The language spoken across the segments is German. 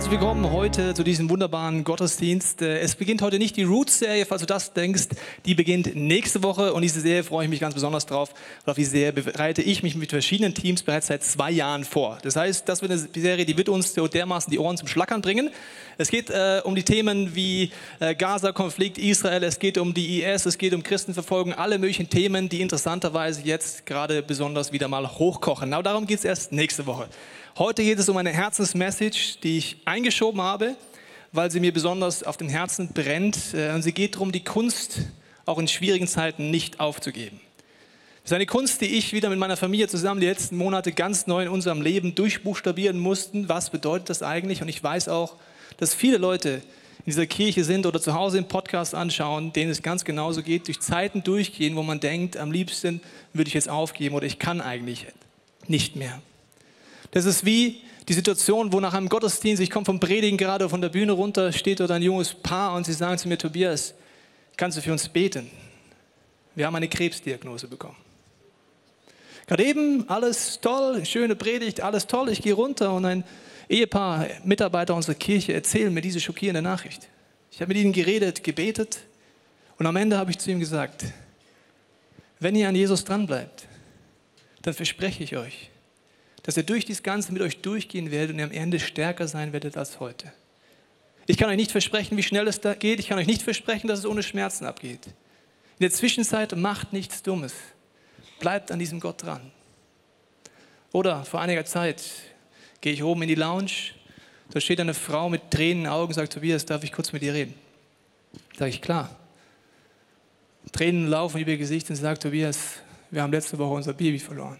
Herzlich willkommen heute zu diesem wunderbaren Gottesdienst. Es beginnt heute nicht die Roots-Serie, falls du das denkst. Die beginnt nächste Woche und diese Serie freue ich mich ganz besonders drauf. Und auf die Serie bereite ich mich mit verschiedenen Teams bereits seit 2 Jahren vor. Das heißt, das wird eine Serie, die wird uns so dermaßen die Ohren zum Schlackern bringen. Es geht um die Themen wie Gaza-Konflikt, Israel, es geht um die IS, es geht um Christenverfolgung, alle möglichen Themen, die interessanterweise jetzt gerade besonders wieder mal hochkochen. Genau darum geht es erst nächste Woche. Heute geht es um eine Herzensmessage, die ich eingeschoben habe, weil sie mir besonders auf dem Herzen brennt. Und sie geht darum, die Kunst auch in schwierigen Zeiten nicht aufzugeben. Das ist eine Kunst, die ich wieder mit meiner Familie zusammen die letzten Monate ganz neu in unserem Leben durchbuchstabieren mussten. Was bedeutet das eigentlich? Und ich weiß auch, dass viele Leute in dieser Kirche sind oder zu Hause im Podcast anschauen, denen es ganz genauso geht, durch Zeiten durchgehen, wo man denkt, am liebsten würde ich jetzt aufgeben oder ich kann eigentlich nicht mehr. Das ist wie die Situation, wo nach einem Gottesdienst, ich komme vom Predigen gerade von der Bühne runter, steht dort ein junges Paar und sie sagen zu mir, Tobias, kannst du für uns beten? Wir haben eine Krebsdiagnose bekommen. Gerade eben, alles toll, schöne Predigt, alles toll, ich gehe runter und ein Ehepaar, Mitarbeiter unserer Kirche erzählen mir diese schockierende Nachricht. Ich habe mit ihnen geredet, gebetet und am Ende habe ich zu ihm gesagt, wenn ihr an Jesus dranbleibt, dann verspreche ich euch, dass ihr durch dies Ganze mit euch durchgehen werdet und ihr am Ende stärker sein werdet als heute. Ich kann euch nicht versprechen, wie schnell es da geht. Ich kann euch nicht versprechen, dass es ohne Schmerzen abgeht. In der Zwischenzeit macht nichts Dummes. Bleibt an diesem Gott dran. Oder vor einiger Zeit gehe ich oben in die Lounge. Da steht eine Frau mit Tränen in den Augen und sagt, Tobias, darf ich kurz mit dir reden? Sage ich, klar. Tränen laufen über ihr Gesicht und sie sagt, Tobias, wir haben letzte Woche unser Baby verloren.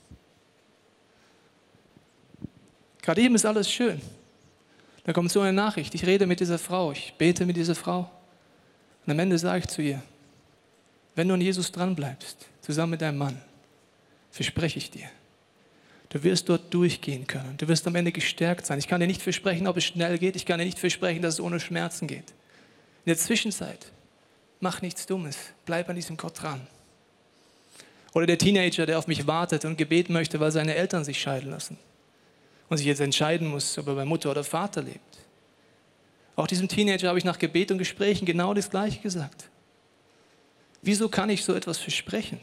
Gerade eben ist alles schön. Dann kommt so eine Nachricht, ich rede mit dieser Frau, ich bete mit dieser Frau. Und am Ende sage ich zu ihr, wenn du an Jesus dranbleibst, zusammen mit deinem Mann, verspreche ich dir, du wirst dort durchgehen können. Du wirst am Ende gestärkt sein. Ich kann dir nicht versprechen, ob es schnell geht. Ich kann dir nicht versprechen, dass es ohne Schmerzen geht. In der Zwischenzeit, mach nichts Dummes. Bleib an diesem Gott dran. Oder der Teenager, der auf mich wartet und Gebet möchte, weil seine Eltern sich scheiden lassen. Und sich jetzt entscheiden muss, ob er bei Mutter oder Vater lebt. Auch diesem Teenager habe ich nach Gebet und Gesprächen genau das Gleiche gesagt. Wieso kann ich so etwas versprechen?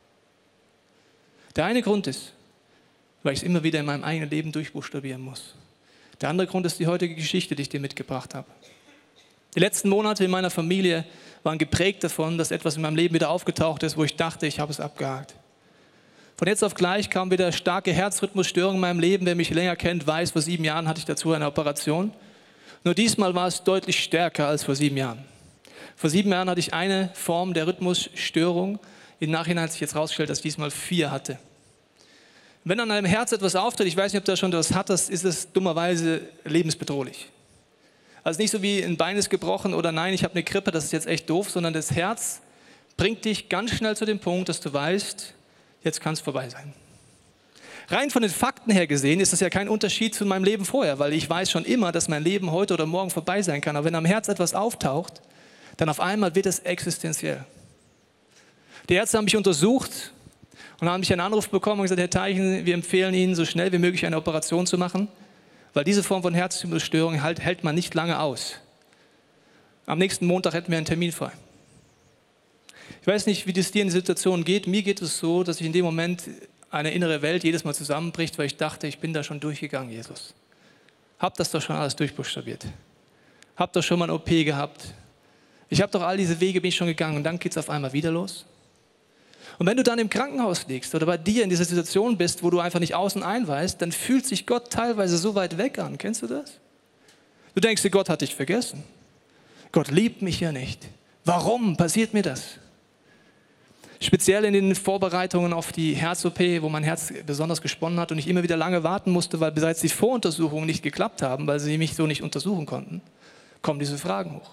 Der eine Grund ist, weil ich es immer wieder in meinem eigenen Leben durchbuchstabieren muss. Der andere Grund ist die heutige Geschichte, die ich dir mitgebracht habe. Die letzten Monate in meiner Familie waren geprägt davon, dass etwas in meinem Leben wieder aufgetaucht ist, wo ich dachte, ich habe es abgehakt. Von jetzt auf gleich kam wieder starke Herzrhythmusstörungen in meinem Leben. Wer mich länger kennt, weiß, vor 7 Jahren hatte ich dazu eine Operation. Nur diesmal war es deutlich stärker als vor 7 Jahren. Vor 7 Jahren hatte ich eine Form der Rhythmusstörung. Im Nachhinein hat sich jetzt herausgestellt, dass ich diesmal 4 hatte. Wenn an einem Herz etwas auftritt, ich weiß nicht, ob du schon das hattest, ist es dummerweise lebensbedrohlich. Also nicht so wie ein Bein ist gebrochen oder nein, ich habe eine Grippe, das ist jetzt echt doof, sondern das Herz bringt dich ganz schnell zu dem Punkt, dass du weißt, jetzt kann es vorbei sein. Rein von den Fakten her gesehen ist das ja kein Unterschied zu meinem Leben vorher, weil ich weiß schon immer, dass mein Leben heute oder morgen vorbei sein kann. Aber wenn am Herz etwas auftaucht, dann auf einmal wird es existenziell. Die Ärzte haben mich untersucht und haben mich einen Anruf bekommen und gesagt, Herr Teichen, wir empfehlen Ihnen, so schnell wie möglich eine Operation zu machen, weil diese Form von Herzrhythmusstörung hält man nicht lange aus. Am nächsten Montag hätten wir einen Termin frei. Ich weiß nicht, wie es dir in der Situation geht. Mir geht es so, dass ich in dem Moment eine innere Welt jedes Mal zusammenbricht, weil ich dachte, ich bin da schon durchgegangen, Jesus. Hab das doch schon alles durchbuchstabiert. Hab doch schon mal eine OP gehabt. Ich habe doch all diese Wege bin ich schon gegangen und dann geht es auf einmal wieder los. Und wenn du dann im Krankenhaus liegst oder bei dir in dieser Situation bist, wo du einfach nicht außen ein weißt, dann fühlt sich Gott teilweise so weit weg an. Kennst du das? Du denkst dir, Gott hat dich vergessen. Gott liebt mich ja nicht. Warum passiert mir das? Speziell in den Vorbereitungen auf die Herz-OP, wo mein Herz besonders gesponnen hat und ich immer wieder lange warten musste, weil bereits die Voruntersuchungen nicht geklappt haben, weil sie mich so nicht untersuchen konnten, kommen diese Fragen hoch.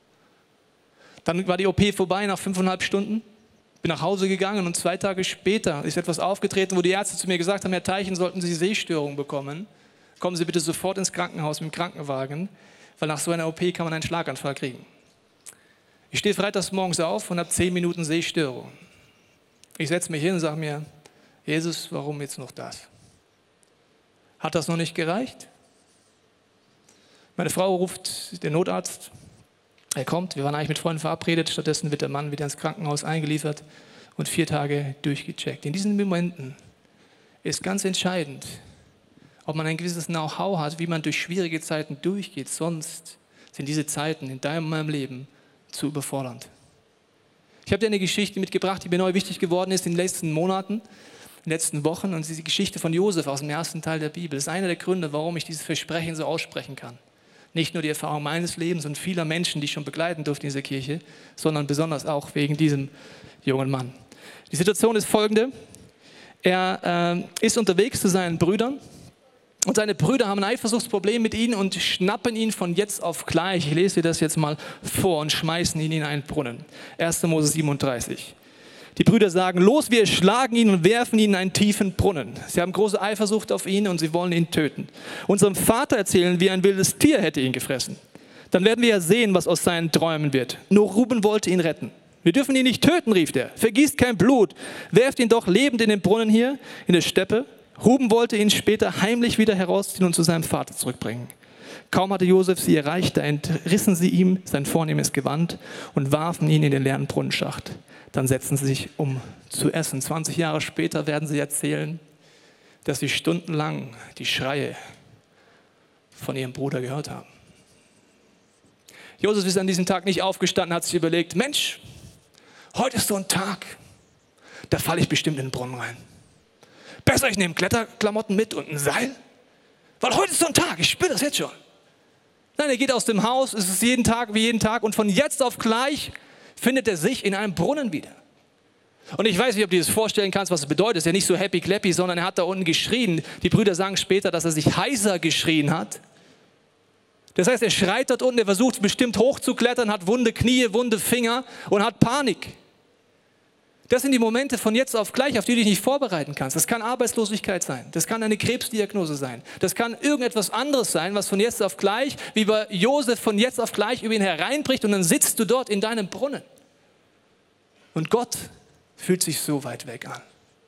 Dann war die OP vorbei nach 5,5 Stunden, bin nach Hause gegangen und 2 Tage später ist etwas aufgetreten, wo die Ärzte zu mir gesagt haben, Herr Teichen, sollten Sie Sehstörungen bekommen, kommen Sie bitte sofort ins Krankenhaus mit dem Krankenwagen, weil nach so einer OP kann man einen Schlaganfall kriegen. Ich stehe freitags morgens auf und habe 10 Minuten Sehstörung. Ich setze mich hin und sage mir, Jesus, warum jetzt noch das? Hat das noch nicht gereicht? Meine Frau ruft den Notarzt. Er kommt, wir waren eigentlich mit Freunden verabredet. Stattdessen wird der Mann wieder ins Krankenhaus eingeliefert und 4 Tage durchgecheckt. In diesen Momenten ist ganz entscheidend, ob man ein gewisses Know-how hat, wie man durch schwierige Zeiten durchgeht. Sonst sind diese Zeiten in deinem und meinem Leben zu überfordernd. Ich habe dir eine Geschichte mitgebracht, die mir neu wichtig geworden ist in den letzten Monaten, in den letzten Wochen. Und diese Geschichte von Josef aus dem ersten Teil der Bibel. Das ist einer der Gründe, warum ich dieses Versprechen so aussprechen kann. Nicht nur die Erfahrung meines Lebens und vieler Menschen, die ich schon begleiten durfte in dieser Kirche, sondern besonders auch wegen diesem jungen Mann. Die Situation ist folgende. Er ist unterwegs zu seinen Brüdern und seine Brüder haben ein Eifersuchtsproblem mit ihm und schnappen ihn von jetzt auf gleich. Ich lese dir das jetzt mal vor und schmeißen ihn in einen Brunnen. 1. Mose 37. Die Brüder sagen, los, wir schlagen ihn und werfen ihn in einen tiefen Brunnen. Sie haben große Eifersucht auf ihn und sie wollen ihn töten. Unserem Vater erzählen wir, ein wildes Tier hätte ihn gefressen. Dann werden wir ja sehen, was aus seinen Träumen wird. Nur Ruben wollte ihn retten. Wir dürfen ihn nicht töten, rief er. Vergießt kein Blut. Werft ihn doch lebend in den Brunnen hier, in der Steppe. Ruben wollte ihn später heimlich wieder herausziehen und zu seinem Vater zurückbringen. Kaum hatte Josef sie erreicht, da entrissen sie ihm sein vornehmes Gewand und warfen ihn in den leeren Brunnenschacht. Dann setzten sie sich, um zu essen. 20 Jahre später werden sie erzählen, dass sie stundenlang die Schreie von ihrem Bruder gehört haben. Josef ist an diesem Tag nicht aufgestanden, hat sich überlegt, Mensch, heute ist so ein Tag, da falle ich bestimmt in den Brunnen rein. Besser, ich nehme Kletterklamotten mit und ein Seil, weil heute ist so ein Tag, ich spüre das jetzt schon. Nein, er geht aus dem Haus, es ist jeden Tag wie jeden Tag und von jetzt auf gleich findet er sich in einem Brunnen wieder. Und ich weiß nicht, ob du dir das vorstellen kannst, was es bedeutet. Es ist ja nicht so happy clappy, sondern er hat da unten geschrien. Die Brüder sagen später, dass er sich heiser geschrien hat. Das heißt, er schreit dort unten, er versucht bestimmt hochzuklettern, hat wunde Knie, wunde Finger und hat Panik. Das sind die Momente von jetzt auf gleich, auf die du dich nicht vorbereiten kannst. Das kann Arbeitslosigkeit sein, das kann eine Krebsdiagnose sein, das kann irgendetwas anderes sein, was von jetzt auf gleich, wie bei Josef von jetzt auf gleich über ihn hereinbricht und dann sitzt du dort in deinem Brunnen. Und Gott fühlt sich so weit weg an.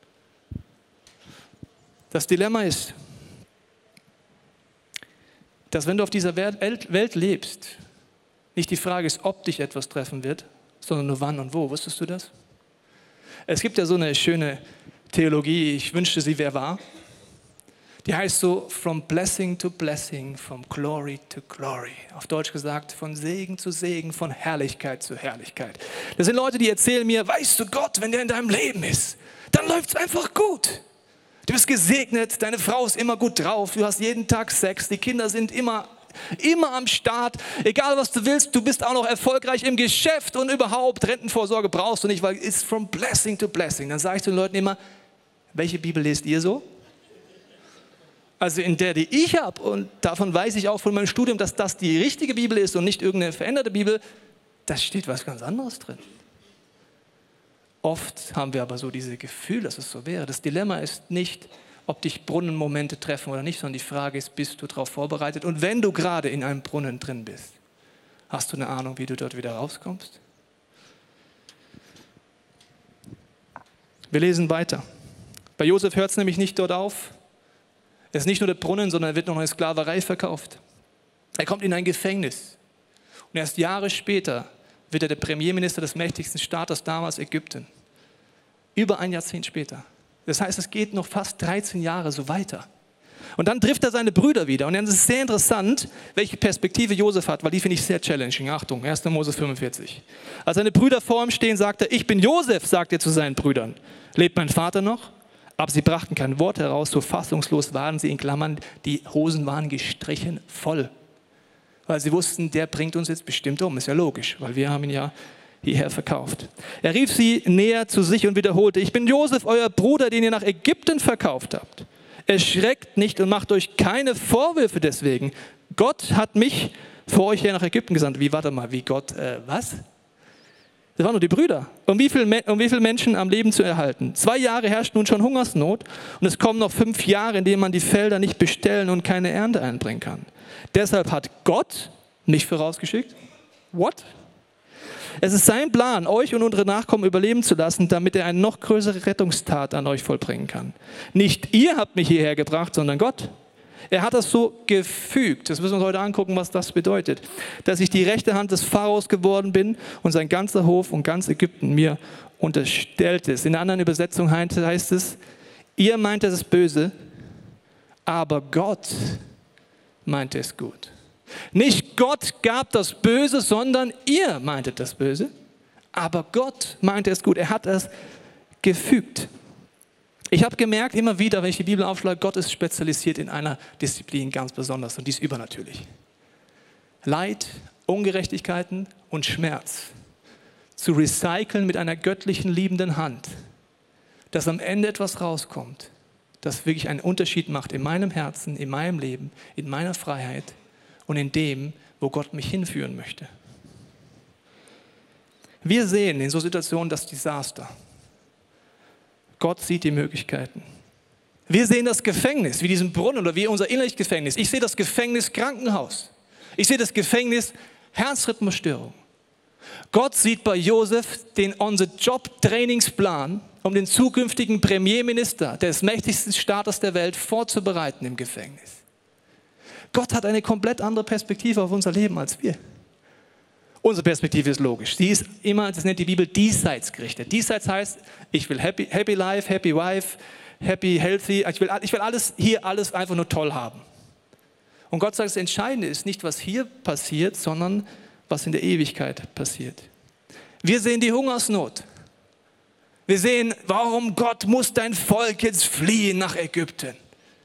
Das Dilemma ist, dass wenn du auf dieser Welt lebst, nicht die Frage ist, ob dich etwas treffen wird, sondern nur wann und wo. Wusstest du das? Es gibt ja so eine schöne Theologie, ich wünschte, sie wäre wahr. Die heißt so, from blessing to blessing, from glory to glory. Auf Deutsch gesagt, von Segen zu Segen, von Herrlichkeit zu Herrlichkeit. Das sind Leute, die erzählen mir, weißt du Gott, wenn der in deinem Leben ist, dann läuft es einfach gut. Du bist gesegnet, deine Frau ist immer gut drauf, du hast jeden Tag Sex, die Kinder sind immer am Start, egal was du willst, du bist auch noch erfolgreich im Geschäft und überhaupt Rentenvorsorge brauchst du nicht, weil it's from blessing to blessing. Dann sage ich den Leuten immer, welche Bibel lest ihr so? Also in der, die ich habe, und davon weiß ich auch von meinem Studium, dass das die richtige Bibel ist und nicht irgendeine veränderte Bibel, da steht was ganz anderes drin. Oft haben wir aber so dieses Gefühl, dass es so wäre. Das Dilemma ist nicht, ob dich Brunnenmomente treffen oder nicht, sondern die Frage ist, bist du darauf vorbereitet? Und wenn du gerade in einem Brunnen drin bist, hast du eine Ahnung, wie du dort wieder rauskommst? Wir lesen weiter. Bei Josef hört es nämlich nicht dort auf. Es ist nicht nur der Brunnen, sondern er wird noch in Sklaverei verkauft. Er kommt in ein Gefängnis. Und erst Jahre später wird er der Premierminister des mächtigsten Staates damals, Ägypten. Über ein Jahrzehnt später. Das heißt, es geht noch fast 13 Jahre so weiter. Und dann trifft er seine Brüder wieder. Und dann ist es sehr interessant, welche Perspektive Josef hat, weil die finde ich sehr challenging. Achtung, 1. Mose 45. Als seine Brüder vor ihm stehen, sagt er, ich bin Josef, sagt er zu seinen Brüdern. Lebt mein Vater noch? Aber sie brachten kein Wort heraus, so fassungslos waren sie, in Klammern, die Hosen waren gestrichen voll. Weil sie wussten, der bringt uns jetzt bestimmt um, ist ja logisch, weil wir haben ihn ja hierher verkauft. Er rief sie näher zu sich und wiederholte, ich bin Josef, euer Bruder, den ihr nach Ägypten verkauft habt. Erschreckt nicht und macht euch keine Vorwürfe deswegen. Gott hat mich vor euch her nach Ägypten gesandt. Wie Gott, was? Das waren nur die Brüder. Um wie viele Menschen am Leben zu erhalten? 2 Jahre herrscht nun schon Hungersnot und es kommen noch 5 Jahre, in denen man die Felder nicht bestellen und keine Ernte einbringen kann. Deshalb hat Gott mich vorausgeschickt. What? Es ist sein Plan, euch und unsere Nachkommen überleben zu lassen, damit er eine noch größere Rettungstat an euch vollbringen kann. Nicht ihr habt mich hierher gebracht, sondern Gott. Er hat das so gefügt, das müssen wir uns heute angucken, was das bedeutet, dass ich die rechte Hand des Pharaos geworden bin und sein ganzer Hof und ganz Ägypten mir unterstellt ist. In der anderen Übersetzung heißt es, ihr meint es böse, aber Gott meinte es gut. Nicht Gott gab das Böse, sondern ihr meintet das Böse, aber Gott meinte es gut. Er hat es gefügt. Ich habe gemerkt, immer wieder, wenn ich die Bibel aufschlage, Gott ist spezialisiert in einer Disziplin ganz besonders und die ist übernatürlich. Leid, Ungerechtigkeiten und Schmerz zu recyceln mit einer göttlichen, liebenden Hand, dass am Ende etwas rauskommt, das wirklich einen Unterschied macht in meinem Herzen, in meinem Leben, in meiner Freiheit und in dem, wo Gott mich hinführen möchte. Wir sehen in so Situationen das Desaster. Gott sieht die Möglichkeiten. Wir sehen das Gefängnis, wie diesen Brunnen oder wie unser innerliches Gefängnis. Ich sehe das Gefängnis Krankenhaus. Ich sehe das Gefängnis Herzrhythmusstörung. Gott sieht bei Josef den On-the-Job-Trainingsplan, um den zukünftigen Premierminister des mächtigsten Staates der Welt vorzubereiten im Gefängnis. Gott hat eine komplett andere Perspektive auf unser Leben als wir. Unsere Perspektive ist logisch. Sie ist immer, das nennt die Bibel, diesseits gerichtet. Diesseits heißt, ich will happy life, happy wife, happy healthy. Ich will alles einfach nur toll haben. Und Gott sagt, das Entscheidende ist nicht, was hier passiert, sondern was in der Ewigkeit passiert. Wir sehen die Hungersnot. Wir sehen, warum Gott muss dein Volk jetzt fliehen nach Ägypten.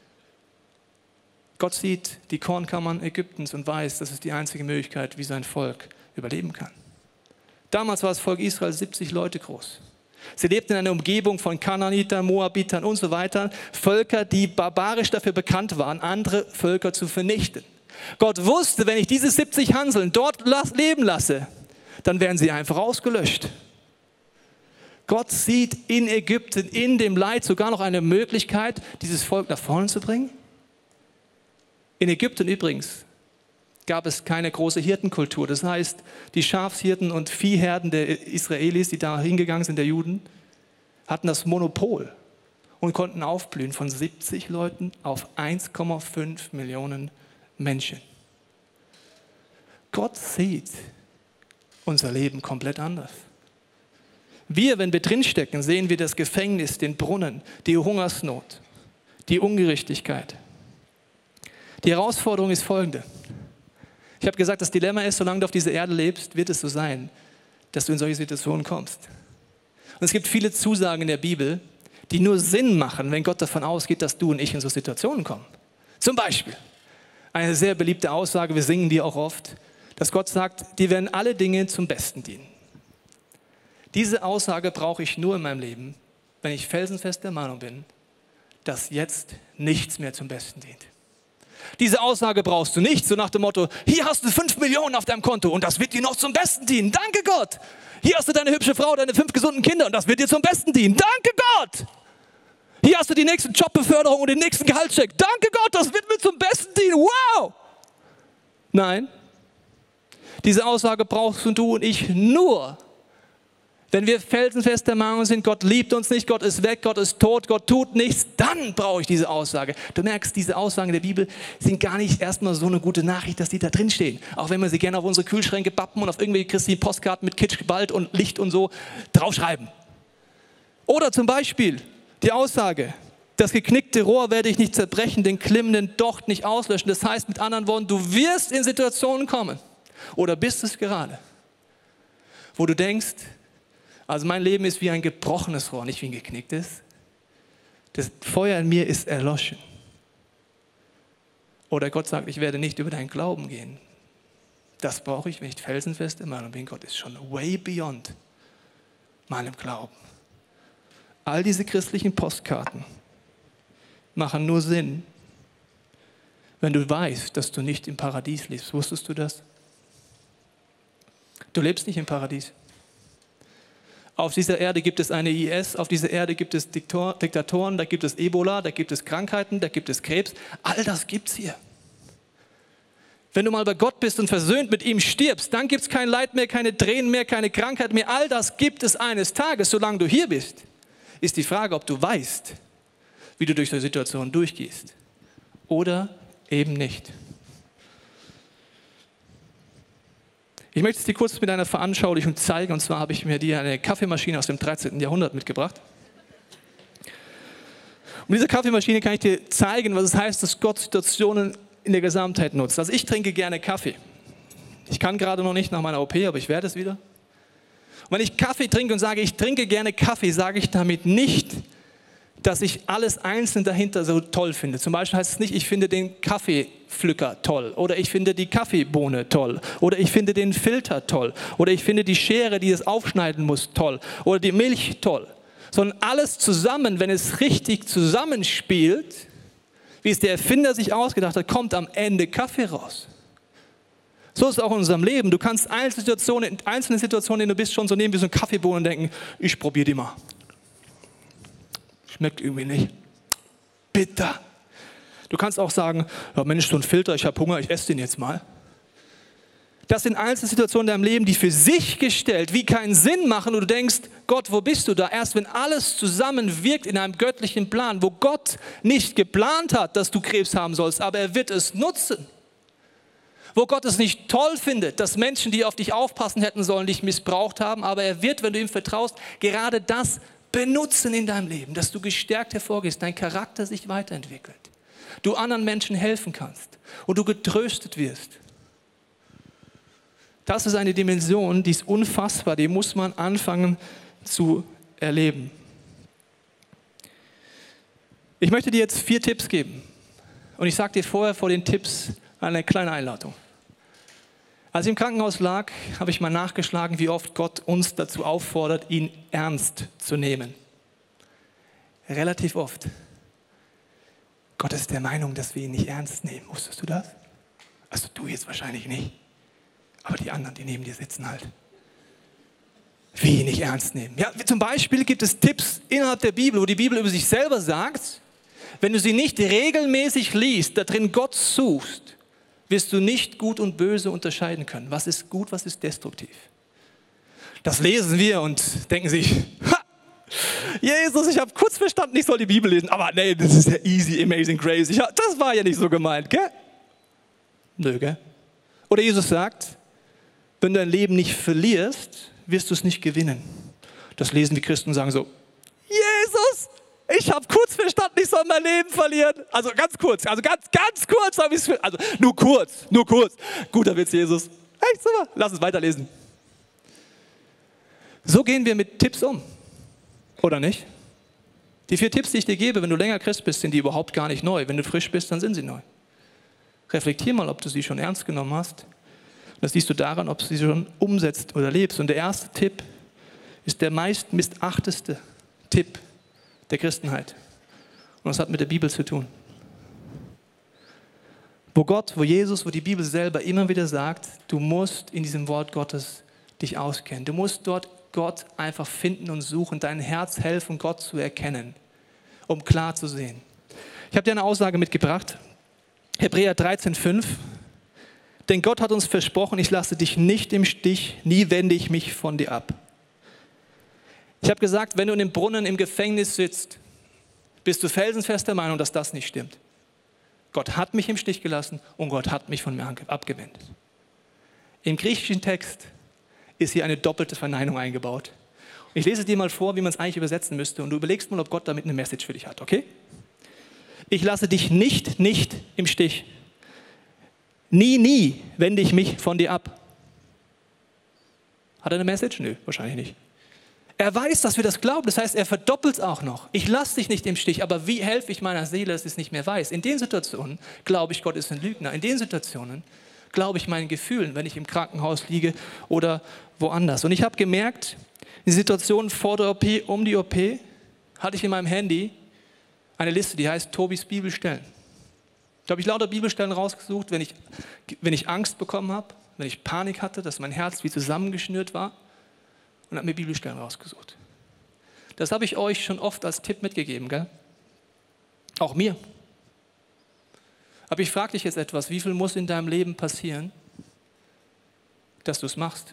Gott sieht die Kornkammern Ägyptens und weiß, das ist die einzige Möglichkeit, wie sein Volk überleben kann. Damals war das Volk Israel 70 Leute groß. Sie lebten in einer Umgebung von Kanaanitern, Moabitern und so weiter. Völker, die barbarisch dafür bekannt waren, andere Völker zu vernichten. Gott wusste, wenn ich diese 70 Hanseln dort leben lasse, dann werden sie einfach ausgelöscht. Gott sieht in Ägypten, in dem Leid sogar noch eine Möglichkeit, dieses Volk nach vorne zu bringen. In Ägypten übrigens gab es keine große Hirtenkultur. Das heißt, die Schafshirten und Viehherden der Israelis, die da hingegangen sind, der Juden, hatten das Monopol und konnten aufblühen von 70 Leuten auf 1,5 Millionen Menschen. Gott sieht unser Leben komplett anders. Wir, wenn wir drinstecken, sehen wir das Gefängnis, den Brunnen, die Hungersnot, die Ungerechtigkeit. Die Herausforderung ist folgende. Ich habe gesagt, das Dilemma ist, solange du auf dieser Erde lebst, wird es so sein, dass du in solche Situationen kommst. Und es gibt viele Zusagen in der Bibel, die nur Sinn machen, wenn Gott davon ausgeht, dass du und ich in so Situationen kommen. Zum Beispiel eine sehr beliebte Aussage, wir singen die auch oft, dass Gott sagt, dir werden alle Dinge zum Besten dienen. Diese Aussage brauche ich nur in meinem Leben, wenn ich felsenfest der Meinung bin, dass jetzt nichts mehr zum Besten dient. Diese Aussage brauchst du nicht, so nach dem Motto, hier hast du 5 Millionen auf deinem Konto und das wird dir noch zum Besten dienen. Danke Gott. Hier hast du deine hübsche Frau, deine 5 gesunden Kinder und das wird dir zum Besten dienen. Danke Gott. Hier hast du die nächste Jobbeförderung und den nächsten Gehaltscheck. Danke Gott, das wird mir zum Besten dienen. Wow. Nein, diese Aussage brauchst du und ich nur, wenn wir felsenfest der Meinung sind, Gott liebt uns nicht, Gott ist weg, Gott ist tot, Gott tut nichts, dann brauche ich diese Aussage. Du merkst, diese Aussagen der Bibel sind gar nicht erstmal so eine gute Nachricht, dass die da drin stehen. Auch wenn wir sie gerne auf unsere Kühlschränke bappen und auf irgendwelche christlichen Postkarten mit Kitsch, Gewalt und Licht und so draufschreiben. Oder zum Beispiel die Aussage, das geknickte Rohr werde ich nicht zerbrechen, den klimmenden Docht nicht auslöschen. Das heißt mit anderen Worten, du wirst in Situationen kommen oder bist es gerade, wo du denkst, also mein Leben ist wie ein gebrochenes Rohr, nicht wie ein geknicktes. Das Feuer in mir ist erloschen. Oder Gott sagt, ich werde nicht über deinen Glauben gehen. Das brauche ich, wenn ich felsenfest in meinem bin. Gott ist schon way beyond meinem Glauben. All diese christlichen Postkarten machen nur Sinn, wenn du weißt, dass du nicht im Paradies lebst. Wusstest du das? Du lebst nicht im Paradies. Auf dieser Erde gibt es eine IS, auf dieser Erde gibt es Diktatoren, da gibt es Ebola, da gibt es Krankheiten, da gibt es Krebs. All das gibt es hier. Wenn du mal bei Gott bist und versöhnt mit ihm stirbst, dann gibt es kein Leid mehr, keine Tränen mehr, keine Krankheit mehr. All das gibt es eines Tages, solange du hier bist. Ist die Frage, ob du weißt, wie du durch solche Situationen durchgehst. Oder eben nicht. Ich möchte es dir kurz mit einer Veranschaulichung zeigen, und zwar habe ich mir dir eine Kaffeemaschine aus dem 13. Jahrhundert mitgebracht. Und diese Kaffeemaschine kann ich dir zeigen, was es heißt, dass Gott Situationen in der Gesamtheit nutzt. Also ich trinke gerne Kaffee. Ich kann gerade noch nicht nach meiner OP, aber ich werde es wieder. Und wenn ich Kaffee trinke und sage, ich trinke gerne Kaffee, sage ich damit nicht, dass ich alles einzeln dahinter so toll finde. Zum Beispiel heißt es nicht, ich finde den Kaffeepflücker toll oder ich finde die Kaffeebohne toll oder ich finde den Filter toll oder ich finde die Schere, die es aufschneiden muss, toll oder die Milch toll. Sondern alles zusammen, wenn es richtig zusammenspielt, wie es der Erfinder sich ausgedacht hat, kommt am Ende Kaffee raus. So ist es auch in unserem Leben. Du kannst einzelne Situationen, in denen du bist, schon so nehmen wie so eine Kaffeebohne und denken, ich probiere die mal. Schmeckt irgendwie nicht. Bitter. Du kannst auch sagen, ja Mensch, so ein Filter, ich habe Hunger, ich esse den jetzt mal. Das sind einzelne Situationen in deinem Leben, die für sich gestellt wie keinen Sinn machen und du denkst, Gott, wo bist du da? Erst wenn alles zusammenwirkt in einem göttlichen Plan, wo Gott nicht geplant hat, dass du Krebs haben sollst, aber er wird es nutzen. Wo Gott es nicht toll findet, dass Menschen, die auf dich aufpassen hätten sollen, dich missbraucht haben, aber er wird, wenn du ihm vertraust, gerade das benutzen in deinem Leben, dass du gestärkt hervorgehst, dein Charakter sich weiterentwickelt, du anderen Menschen helfen kannst und du getröstet wirst. Das ist eine Dimension, die ist unfassbar, die muss man anfangen zu erleben. Ich möchte dir jetzt 4 Tipps geben und ich sage dir vorher vor den Tipps eine kleine Einladung. Als ich im Krankenhaus lag, habe ich mal nachgeschlagen, wie oft Gott uns dazu auffordert, ihn ernst zu nehmen. Relativ oft. Gott ist der Meinung, dass wir ihn nicht ernst nehmen. Wusstest du das? Also du jetzt wahrscheinlich nicht. Aber die anderen, die neben dir sitzen halt. Wie ihn nicht ernst nehmen. Ja, zum Beispiel gibt es Tipps innerhalb der Bibel, wo die Bibel über sich selber sagt, wenn du sie nicht regelmäßig liest, da drin Gott suchst, wirst du nicht gut und böse unterscheiden können. Was ist gut, was ist destruktiv? Das lesen wir und denken sich, ha, Jesus, ich habe kurz verstanden, ich soll die Bibel lesen. Aber nee, das ist ja easy, amazing grace. Das war ja nicht so gemeint, gell? Nö, gell? Oder Jesus sagt, wenn du dein Leben nicht verlierst, wirst du es nicht gewinnen. Das lesen die Christen und sagen so, Jesus, ich habe kurz verstanden, ich soll mein Leben verlieren. Also ganz kurz habe ich es, also nur kurz. Guter Witz, Jesus. Echt super, lass uns weiterlesen. So gehen wir mit Tipps um, oder nicht? Die 4 Tipps, die ich dir gebe, wenn du länger Christ bist, sind die überhaupt gar nicht neu. Wenn du frisch bist, dann sind sie neu. Reflektier mal, ob du sie schon ernst genommen hast. Das siehst du daran, ob du sie schon umsetzt oder lebst. Und der erste Tipp ist der meist missachteste Tipp der Christenheit. Und das hat mit der Bibel zu tun. Wo Jesus, wo die Bibel selber immer wieder sagt, du musst in diesem Wort Gottes dich auskennen. Du musst dort Gott einfach finden und suchen, dein Herz helfen, Gott zu erkennen, um klar zu sehen. Ich habe dir eine Aussage mitgebracht, Hebräer 13,5. Denn Gott hat uns versprochen, ich lasse dich nicht im Stich, nie wende ich mich von dir ab. Ich habe gesagt, wenn du in dem Brunnen im Gefängnis sitzt, bist du felsenfest der Meinung, dass das nicht stimmt. Gott hat mich im Stich gelassen und Gott hat mich von mir abgewendet. Im griechischen Text ist hier eine doppelte Verneinung eingebaut. Ich lese dir mal vor, wie man es eigentlich übersetzen müsste und du überlegst mal, ob Gott damit eine Message für dich hat, okay? Ich lasse dich nicht im Stich. Nie wende ich mich von dir ab. Hat er eine Message? Nö, wahrscheinlich nicht. Er weiß, dass wir das glauben, das heißt, er verdoppelt es auch noch. Ich lasse dich nicht im Stich, aber wie helfe ich meiner Seele, dass sie es nicht mehr weiß? In den Situationen glaube ich, Gott ist ein Lügner. In den Situationen glaube ich meinen Gefühlen, wenn ich im Krankenhaus liege oder woanders. Und ich habe gemerkt, in Situationen vor der OP, um die OP, hatte ich in meinem Handy eine Liste, die heißt Tobis Bibelstellen. Da habe ich lauter Bibelstellen rausgesucht, wenn ich Angst bekommen habe, wenn ich Panik hatte, dass mein Herz wie zusammengeschnürt war und habe mir Bibelstellen rausgesucht. Das habe ich euch schon oft als Tipp mitgegeben, gell? Auch mir. Aber ich frage dich jetzt etwas, wie viel muss in deinem Leben passieren, dass du es machst?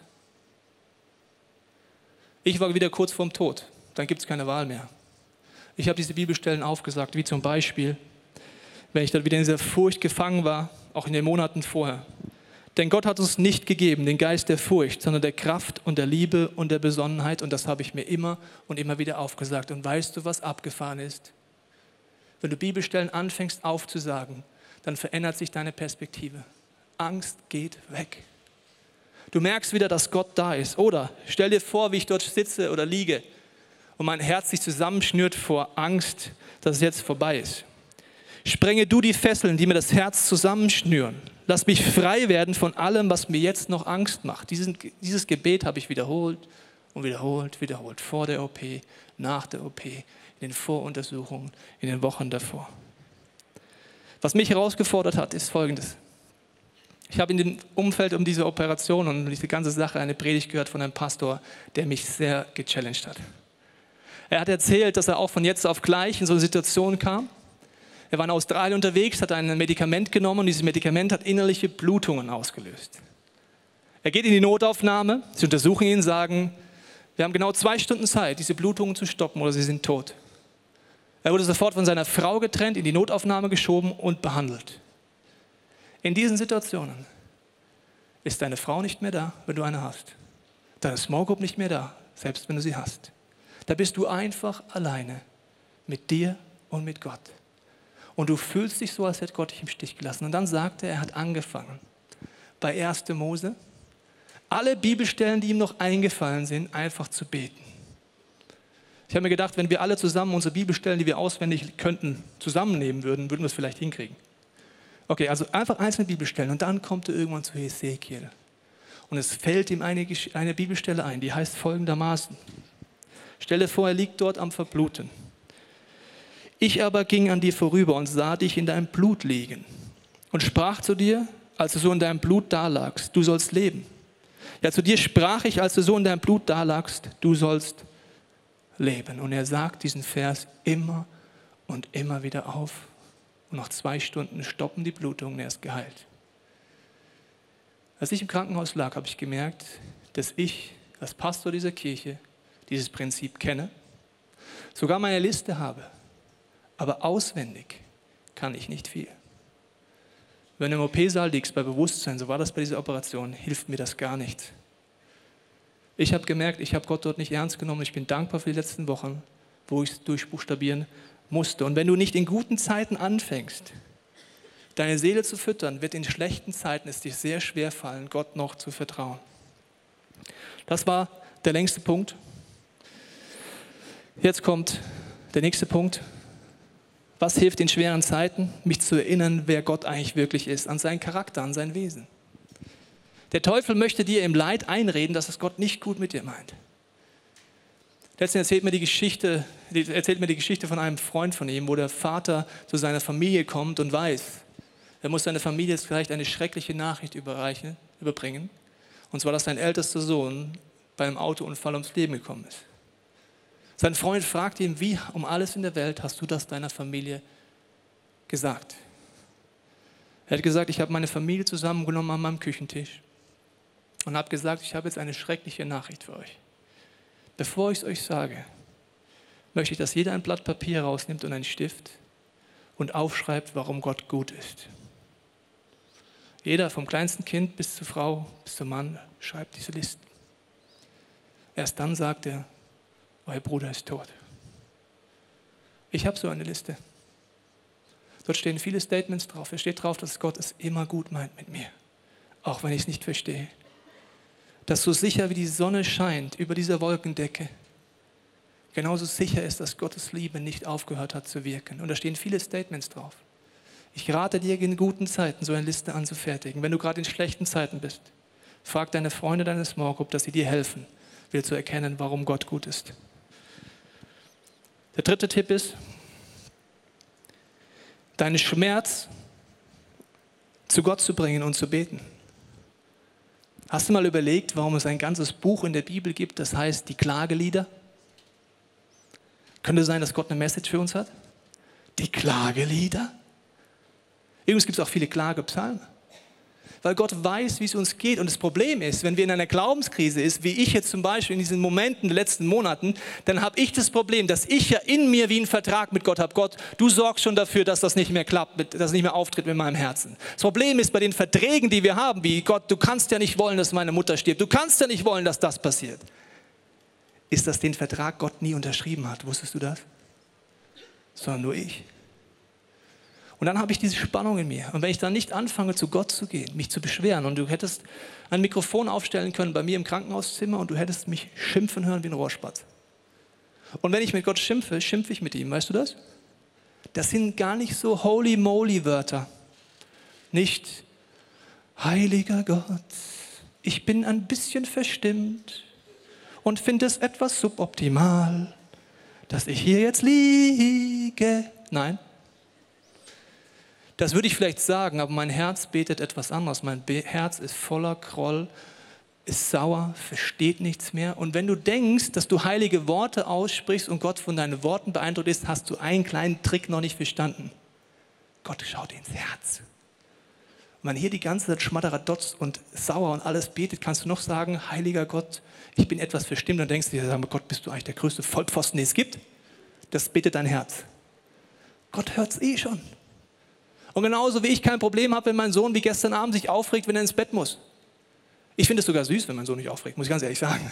Ich war wieder kurz vorm Tod, dann gibt es keine Wahl mehr. Ich habe diese Bibelstellen aufgesagt, wie zum Beispiel, wenn ich dann wieder in dieser Furcht gefangen war, auch in den Monaten vorher. Denn Gott hat uns nicht gegeben den Geist der Furcht, sondern der Kraft und der Liebe und der Besonnenheit. Und das habe ich mir immer und immer wieder aufgesagt. Und weißt du, was abgefahren ist? Wenn du Bibelstellen anfängst aufzusagen, dann verändert sich deine Perspektive. Angst geht weg. Du merkst wieder, dass Gott da ist. Oder stell dir vor, wie ich dort sitze oder liege und mein Herz sich zusammenschnürt vor Angst, dass es jetzt vorbei ist. Sprenge du die Fesseln, die mir das Herz zusammenschnüren. Lass mich frei werden von allem, was mir jetzt noch Angst macht. Dieses Gebet habe ich wiederholt und wiederholt. Vor der OP, nach der OP, in den Voruntersuchungen, in den Wochen davor. Was mich herausgefordert hat, ist Folgendes. Ich habe in dem Umfeld um diese Operation und diese ganze Sache eine Predigt gehört von einem Pastor, der mich sehr gechallenged hat. Er hat erzählt, dass er auch von jetzt auf gleich in so eine Situation kam. Er war in Australien unterwegs, hat ein Medikament genommen und dieses Medikament hat innerliche Blutungen ausgelöst. Er geht in die Notaufnahme, sie untersuchen ihn, sagen, wir haben genau 2 Stunden Zeit, diese Blutungen zu stoppen oder sie sind tot. Er wurde sofort von seiner Frau getrennt, in die Notaufnahme geschoben und behandelt. In diesen Situationen ist deine Frau nicht mehr da, wenn du eine hast. Deine Small Group nicht mehr da, selbst wenn du sie hast. Da bist du einfach alleine mit dir und mit Gott. Und du fühlst dich so, als hätte Gott dich im Stich gelassen. Und dann sagt er hat angefangen, bei 1. Mose, alle Bibelstellen, die ihm noch eingefallen sind, einfach zu beten. Ich habe mir gedacht, wenn wir alle zusammen unsere Bibelstellen, die wir auswendig könnten, zusammennehmen würden, würden wir es vielleicht hinkriegen. Okay, also einfach einzelne Bibelstellen. Und dann kommt er irgendwann zu Hesekiel. Und es fällt ihm eine Bibelstelle ein, die heißt folgendermaßen. Stell dir vor, er liegt dort am Verbluten. Ich aber ging an dir vorüber und sah dich in deinem Blut liegen und sprach zu dir, als du so in deinem Blut dalagst, du sollst leben. Ja, zu dir sprach ich, als du so in deinem Blut dalagst, du sollst leben. Und er sagt diesen Vers immer und immer wieder auf. Und nach 2 Stunden stoppen die Blutungen, er ist geheilt. Als ich im Krankenhaus lag, habe ich gemerkt, dass ich als Pastor dieser Kirche dieses Prinzip kenne, sogar meine Liste habe. Aber auswendig kann ich nicht viel. Wenn du im OP-Saal liegst, bei Bewusstsein, so war das bei dieser Operation, hilft mir das gar nicht. Ich habe gemerkt, ich habe Gott dort nicht ernst genommen. Ich bin dankbar für die letzten Wochen, wo ich es durchbuchstabieren musste. Und wenn du nicht in guten Zeiten anfängst, deine Seele zu füttern, wird in schlechten Zeiten es dir sehr schwer fallen, Gott noch zu vertrauen. Das war der längste Punkt. Jetzt kommt der nächste Punkt. Was hilft in schweren Zeiten? Mich zu erinnern, wer Gott eigentlich wirklich ist, an seinen Charakter, an sein Wesen. Der Teufel möchte dir im Leid einreden, dass es Gott nicht gut mit dir meint. Letztens erzählt mir die Geschichte von einem Freund von ihm, wo der Vater zu seiner Familie kommt und weiß, er muss seiner Familie jetzt vielleicht eine schreckliche Nachricht überbringen. Und zwar, dass sein ältester Sohn bei einem Autounfall ums Leben gekommen ist. Sein Freund fragt ihn, wie um alles in der Welt hast du das deiner Familie gesagt? Er hat gesagt, ich habe meine Familie zusammengenommen an meinem Küchentisch und habe gesagt, ich habe jetzt eine schreckliche Nachricht für euch. Bevor ich es euch sage, möchte ich, dass jeder ein Blatt Papier rausnimmt und einen Stift und aufschreibt, warum Gott gut ist. Jeder, vom kleinsten Kind bis zur Frau, bis zum Mann, schreibt diese Listen. Erst dann sagt er, euer Bruder ist tot. Ich habe so eine Liste. Dort stehen viele Statements drauf. Es steht drauf, dass Gott es immer gut meint mit mir, auch wenn ich es nicht verstehe. Dass so sicher wie die Sonne scheint über dieser Wolkendecke, genauso sicher ist, dass Gottes Liebe nicht aufgehört hat zu wirken. Und da stehen viele Statements drauf. Ich rate dir, in guten Zeiten so eine Liste anzufertigen. Wenn du gerade in schlechten Zeiten bist, frag deine Freunde, deine Small Group, dass sie dir helfen, wieder zu erkennen, warum Gott gut ist. Der 3. Tipp ist, deinen Schmerz zu Gott zu bringen und zu beten. Hast du mal überlegt, warum es ein ganzes Buch in der Bibel gibt, das heißt die Klagelieder? Könnte sein, dass Gott eine Message für uns hat? Die Klagelieder? Übrigens gibt es auch viele Klagepsalmen. Weil Gott weiß, wie es uns geht. Und das Problem ist, wenn wir in einer Glaubenskrise sind, wie ich jetzt zum Beispiel in diesen Momenten in den letzten Monaten, dann habe ich das Problem, dass ich ja in mir wie einen Vertrag mit Gott habe. Gott, du sorgst schon dafür, dass das nicht mehr klappt, dass es nicht mehr auftritt mit meinem Herzen. Das Problem ist bei den Verträgen, die wir haben, wie Gott, du kannst ja nicht wollen, dass meine Mutter stirbt. Du kannst ja nicht wollen, dass das passiert. Ist das den Vertrag Gott nie unterschrieben hat? Wusstest du das? Sondern nur ich. Und dann habe ich diese Spannung in mir. Und wenn ich dann nicht anfange, zu Gott zu gehen, mich zu beschweren, und du hättest ein Mikrofon aufstellen können bei mir im Krankenhauszimmer und du hättest mich schimpfen hören wie ein Rohrspatz. Und wenn ich mit Gott schimpfe, schimpfe ich mit ihm. Weißt du das? Das sind gar nicht so holy moly Wörter. Nicht, heiliger Gott, ich bin ein bisschen verstimmt und finde es etwas suboptimal, dass ich hier jetzt liege. Nein. Das würde ich vielleicht sagen, aber mein Herz betet etwas anderes. Mein Herz ist voller Groll, ist sauer, versteht nichts mehr. Und wenn du denkst, dass du heilige Worte aussprichst und Gott von deinen Worten beeindruckt ist, hast du einen kleinen Trick noch nicht verstanden. Gott schaut ins Herz. Und wenn hier die ganze Zeit Schmadderadotz und sauer und alles betet, kannst du noch sagen, heiliger Gott, ich bin etwas verstimmt. Dann denkst du dir, Gott, bist du eigentlich der größte Vollpfosten, den es gibt? Das betet dein Herz. Gott hört es eh schon. Und genauso wie ich kein Problem habe, wenn mein Sohn wie gestern Abend sich aufregt, wenn er ins Bett muss. Ich finde es sogar süß, wenn mein Sohn sich aufregt, muss ich ganz ehrlich sagen.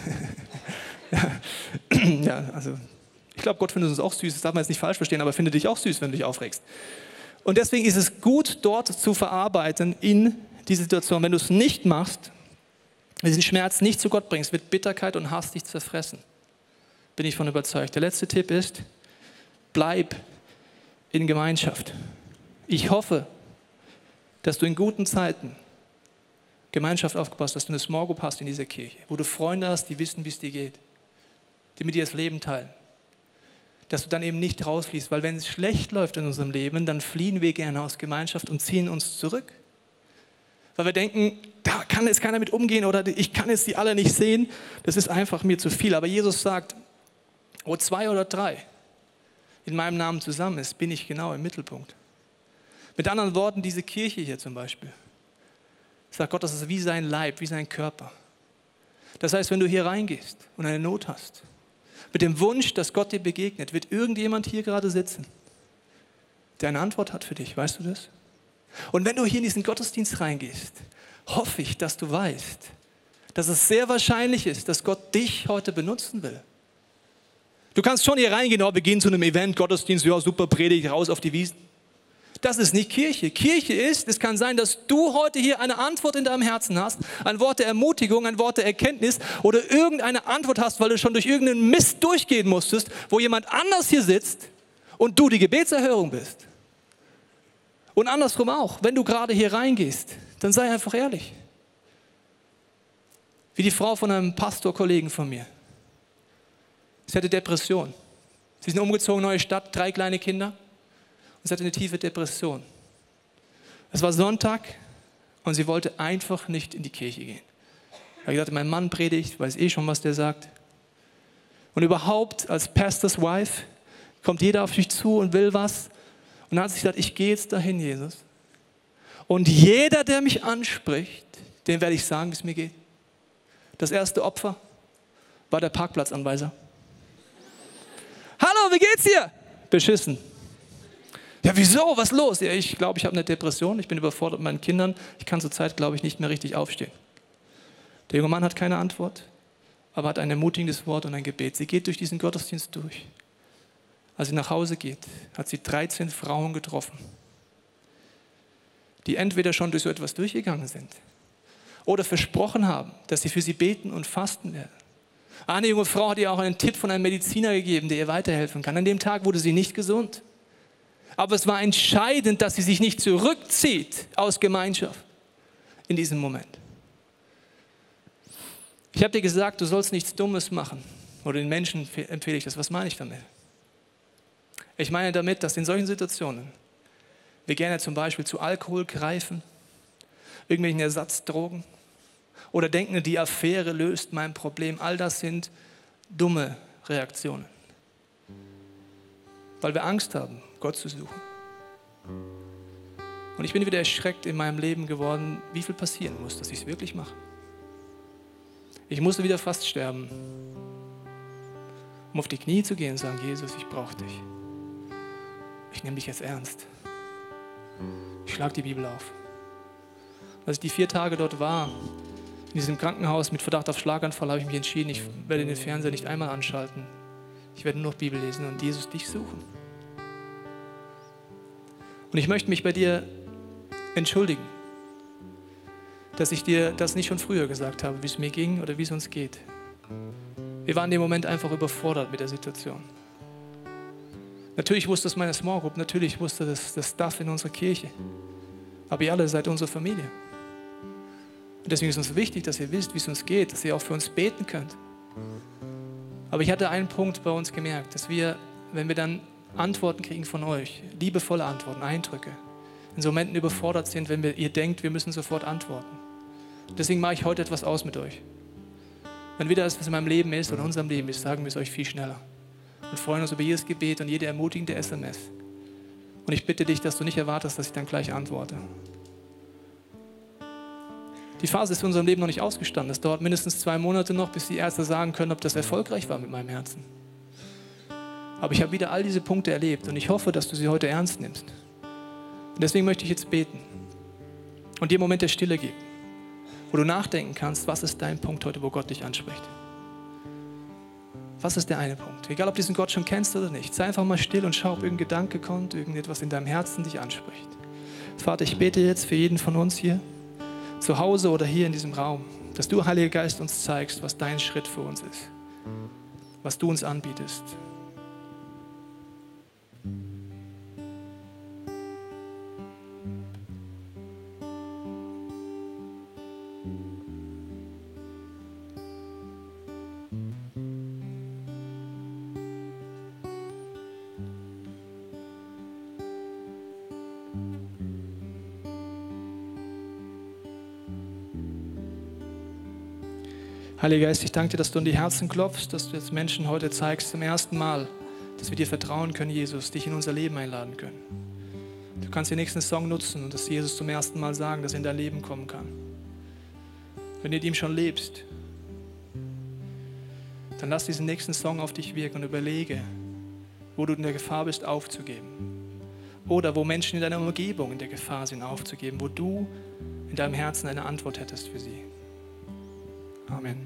Ja, also ich glaube, Gott findet uns auch süß, das darf man jetzt nicht falsch verstehen, aber findet dich auch süß, wenn du dich aufregst. Und deswegen ist es gut, dort zu verarbeiten in die Situation. Wenn du es nicht machst, diesen Schmerz nicht zu Gott bringst, wird Bitterkeit und Hass dich zerfressen. Bin ich von überzeugt. Der letzte Tipp ist, bleib in Gemeinschaft. Ich hoffe, dass du in guten Zeiten Gemeinschaft aufgebaut hast, dass du eine Small Group hast in dieser Kirche, wo du Freunde hast, die wissen, wie es dir geht, die mit dir das Leben teilen. Dass du dann eben nicht rausfließt, weil wenn es schlecht läuft in unserem Leben, dann fliehen wir gerne aus Gemeinschaft und ziehen uns zurück. Weil wir denken, da kann jetzt keiner mit umgehen oder ich kann jetzt die alle nicht sehen, das ist einfach mir zu viel. Aber Jesus sagt, wo 2 oder 3 in meinem Namen zusammen ist, bin ich genau im Mittelpunkt. Mit anderen Worten, diese Kirche hier zum Beispiel, sagt Gott, das ist wie sein Leib, wie sein Körper. Das heißt, wenn du hier reingehst und eine Not hast, mit dem Wunsch, dass Gott dir begegnet, wird irgendjemand hier gerade sitzen, der eine Antwort hat für dich, weißt du das? Und wenn du hier in diesen Gottesdienst reingehst, hoffe ich, dass du weißt, dass es sehr wahrscheinlich ist, dass Gott dich heute benutzen will. Du kannst schon hier reingehen, oh, wir gehen zu einem Event, Gottesdienst, ja super, Predigt, raus auf die Wiesen. Das ist nicht Kirche. Kirche ist, es kann sein, dass du heute hier eine Antwort in deinem Herzen hast, ein Wort der Ermutigung, ein Wort der Erkenntnis oder irgendeine Antwort hast, weil du schon durch irgendeinen Mist durchgehen musstest, wo jemand anders hier sitzt und du die Gebetserhörung bist. Und andersrum auch, wenn du gerade hier reingehst, dann sei einfach ehrlich. Wie die Frau von einem Pastorkollegen von mir. Sie hatte Depression. Sie sind umgezogen, neue Stadt, 3 kleine Kinder. Sie hatte eine tiefe Depression. Es war Sonntag und sie wollte einfach nicht in die Kirche gehen. Ich habe gesagt, mein Mann predigt, weiß eh schon, was der sagt. Und überhaupt als Pastor's Wife kommt jeder auf dich zu und will was. Und dann hat sie gesagt, ich gehe jetzt dahin, Jesus. Und jeder, der mich anspricht, dem werde ich sagen, wie es mir geht. Das erste Opfer war der Parkplatzanweiser. Hallo, wie geht's dir? Beschissen. Ja, wieso? Was ist los? Ja, ich glaube, ich habe eine Depression. Ich bin überfordert mit meinen Kindern. Ich kann zurzeit, glaube ich, nicht mehr richtig aufstehen. Der junge Mann hat keine Antwort, aber hat ein ermutigendes Wort und ein Gebet. Sie geht durch diesen Gottesdienst durch. Als sie nach Hause geht, hat sie 13 Frauen getroffen, die entweder schon durch so etwas durchgegangen sind oder versprochen haben, dass sie für sie beten und fasten werden. Eine junge Frau hat ihr auch einen Tipp von einem Mediziner gegeben, der ihr weiterhelfen kann. An dem Tag wurde sie nicht gesund. Aber es war entscheidend, dass sie sich nicht zurückzieht aus Gemeinschaft in diesem Moment. Ich habe dir gesagt, du sollst nichts Dummes machen. Oder den Menschen empfehle ich das. Was meine ich damit? Ich meine damit, dass in solchen Situationen wir gerne zum Beispiel zu Alkohol greifen, irgendwelchen Ersatzdrogen oder denken, die Affäre löst mein Problem. All das sind dumme Reaktionen. Weil wir Angst haben, Gott zu suchen. Und ich bin wieder erschreckt in meinem Leben geworden, wie viel passieren muss, dass ich es wirklich mache. Ich musste wieder fast sterben, um auf die Knie zu gehen und sagen, Jesus, ich brauche dich. Ich nehme dich jetzt ernst. Ich schlage die Bibel auf. Als ich die 4 Tage dort war, in diesem Krankenhaus mit Verdacht auf Schlaganfall, habe ich mich entschieden, ich werde den Fernseher nicht einmal anschalten. Ich werde nur noch Bibel lesen und Jesus dich suchen. Und ich möchte mich bei dir entschuldigen, dass ich dir das nicht schon früher gesagt habe, wie es mir ging oder wie es uns geht. Wir waren in dem Moment einfach überfordert mit der Situation. Natürlich wusste es meine Small Group, natürlich wusste das Staff in unserer Kirche. Aber ihr alle seid unsere Familie. Und deswegen ist uns wichtig, dass ihr wisst, wie es uns geht, dass ihr auch für uns beten könnt. Aber ich hatte einen Punkt bei uns gemerkt, dass wir, wenn wir dann Antworten kriegen von euch, liebevolle Antworten, Eindrücke, in so Momenten überfordert sind, wenn ihr denkt, wir müssen sofort antworten. Deswegen mache ich heute etwas aus mit euch. Wenn wieder das, was in meinem Leben ist oder in unserem Leben ist, sagen wir es euch viel schneller. Und freuen uns über jedes Gebet und jede ermutigende SMS. Und ich bitte dich, dass du nicht erwartest, dass ich dann gleich antworte. Die Phase ist in unserem Leben noch nicht ausgestanden. Es dauert mindestens 2 Monate noch, bis die Ärzte sagen können, ob das erfolgreich war mit meinem Herzen. Aber ich habe wieder all diese Punkte erlebt und ich hoffe, dass du sie heute ernst nimmst. Und deswegen möchte ich jetzt beten und dir einen Moment der Stille geben, wo du nachdenken kannst, was ist dein Punkt heute, wo Gott dich anspricht. Was ist der eine Punkt? Egal, ob du diesen Gott schon kennst oder nicht. Sei einfach mal still und schau, ob irgendein Gedanke kommt, irgendetwas in deinem Herzen dich anspricht. Vater, ich bete jetzt für jeden von uns hier, zu Hause oder hier in diesem Raum, dass du, Heiliger Geist, uns zeigst, was dein Schritt für uns ist, was du uns anbietest. Heiliger Geist, ich danke dir, dass du in die Herzen klopfst, dass du jetzt Menschen heute zeigst zum ersten Mal, dass wir dir vertrauen können, Jesus, dich in unser Leben einladen können. Du kannst den nächsten Song nutzen und das Jesus zum ersten Mal sagen, dass er in dein Leben kommen kann. Wenn du mit ihm schon lebst, dann lass diesen nächsten Song auf dich wirken und überlege, wo du in der Gefahr bist, aufzugeben. Oder wo Menschen in deiner Umgebung in der Gefahr sind, aufzugeben, wo du in deinem Herzen eine Antwort hättest für sie. Amen.